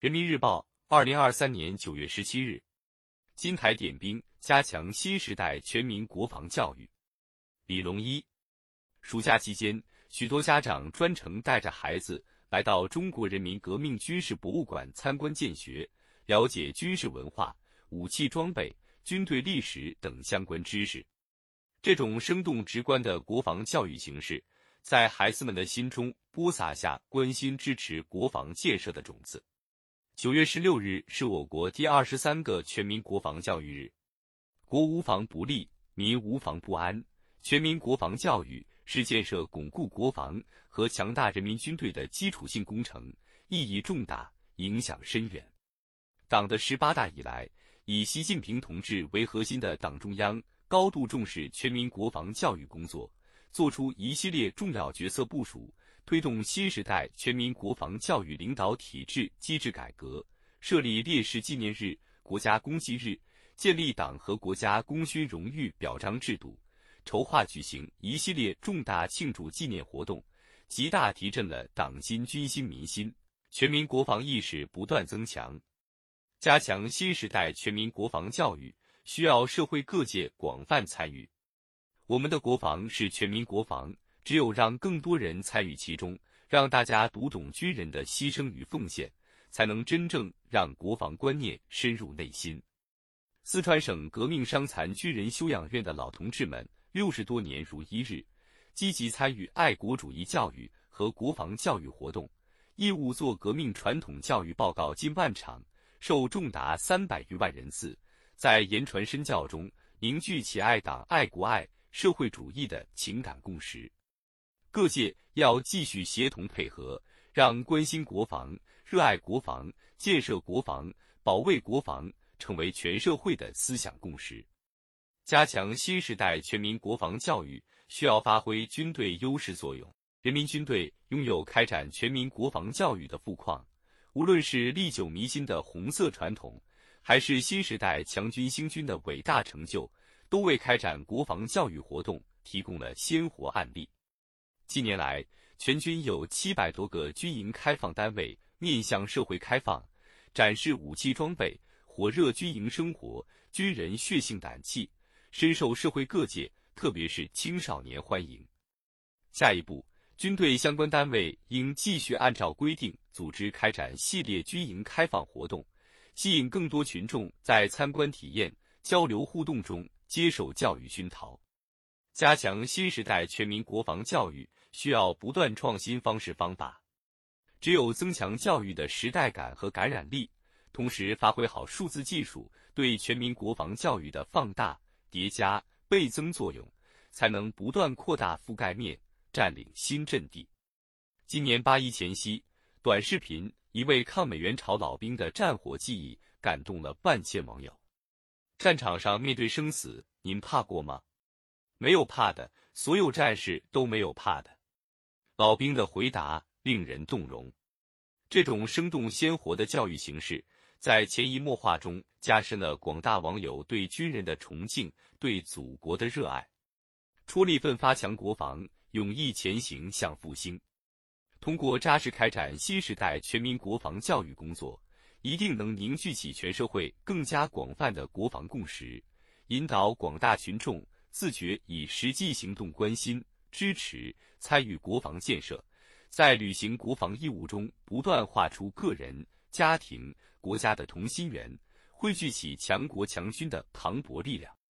人民日报，2023年9月17日，金台点兵，加强新时代全民国防教育。李龙一，暑假期间，许多家长专程带着孩子来到中国人民革命军事博物馆参观见学，了解军事文化、武器装备、军队历史等相关知识。这种生动直观的国防教育形式，在孩子们的心中播撒下关心支持国防建设的种子。9月16日是我国第23个全民国防教育日。国无防不立，民无防不安。全民国防教育是建设巩固国防和强大人民军队的基础性工程，意义重大，影响深远。党的18大以来，以习近平同志为核心的党中央高度重视全民国防教育工作，作出一系列重要决策部署，推动新时代全民国防教育领导体制机制改革，设立烈士纪念日、国家公祭日，建立党和国家功勋荣誉表彰制度，筹划举行一系列重大庆祝纪念活动，极大提振了党心军心民心，全民国防意识不断增强。加强新时代全民国防教育，需要社会各界广泛参与。我们的国防是全民国防，只有让更多人参与其中，让大家读懂军人的牺牲与奉献，才能真正让国防观念深入内心。四川省革命伤残军人休养院的老同志们60多年如一日，积极参与爱国主义教育和国防教育活动，义务做革命传统教育报告近万场，受众达300余万人次，在言传身教中凝聚起爱党、爱国、爱社会主义的情感共识。各界要继续协同配合，让关心国防、热爱国防、建设国防、保卫国防成为全社会的思想共识。加强新时代全民国防教育，需要发挥军队优势作用。人民军队拥有开展全民国防教育的富矿，无论是历久弥新的红色传统，还是新时代强军兴军的伟大成就，都为开展国防教育活动提供了鲜活案例。近年来，全军有700多个军营开放单位面向社会开放，展示武器装备，火热军营生活，军人血性胆气，深受社会各界，特别是青少年欢迎。下一步，军队相关单位应继续按照规定组织开展系列军营开放活动，吸引更多群众在参观体验、交流互动中接受教育熏陶。加强新时代全民国防教育，需要不断创新方式方法。只有增强教育的时代感和感染力，同时发挥好数字技术对全民国防教育的放大、叠加、倍增作用，才能不断扩大覆盖面，占领新阵地。今年8·1前夕，短视频一位抗美援朝老兵的战火记忆感动了万千网友。战场上面对生死，您怕过吗？没有怕的，所有战士都没有怕的。老兵的回答令人动容。这种生动鲜活的教育形式，在潜移默化中加深了广大网友对军人的崇敬，对祖国的热爱，踔厉奋发强国防，勇毅前行向复兴。通过扎实开展新时代全民国防教育工作，一定能凝聚起全社会更加广泛的国防共识，引导广大群众自觉以实际行动关心、支持、参与国防建设，在履行国防义务中不断划出个人、家庭、国家的同心圆，汇聚起强国强军的磅礴力量。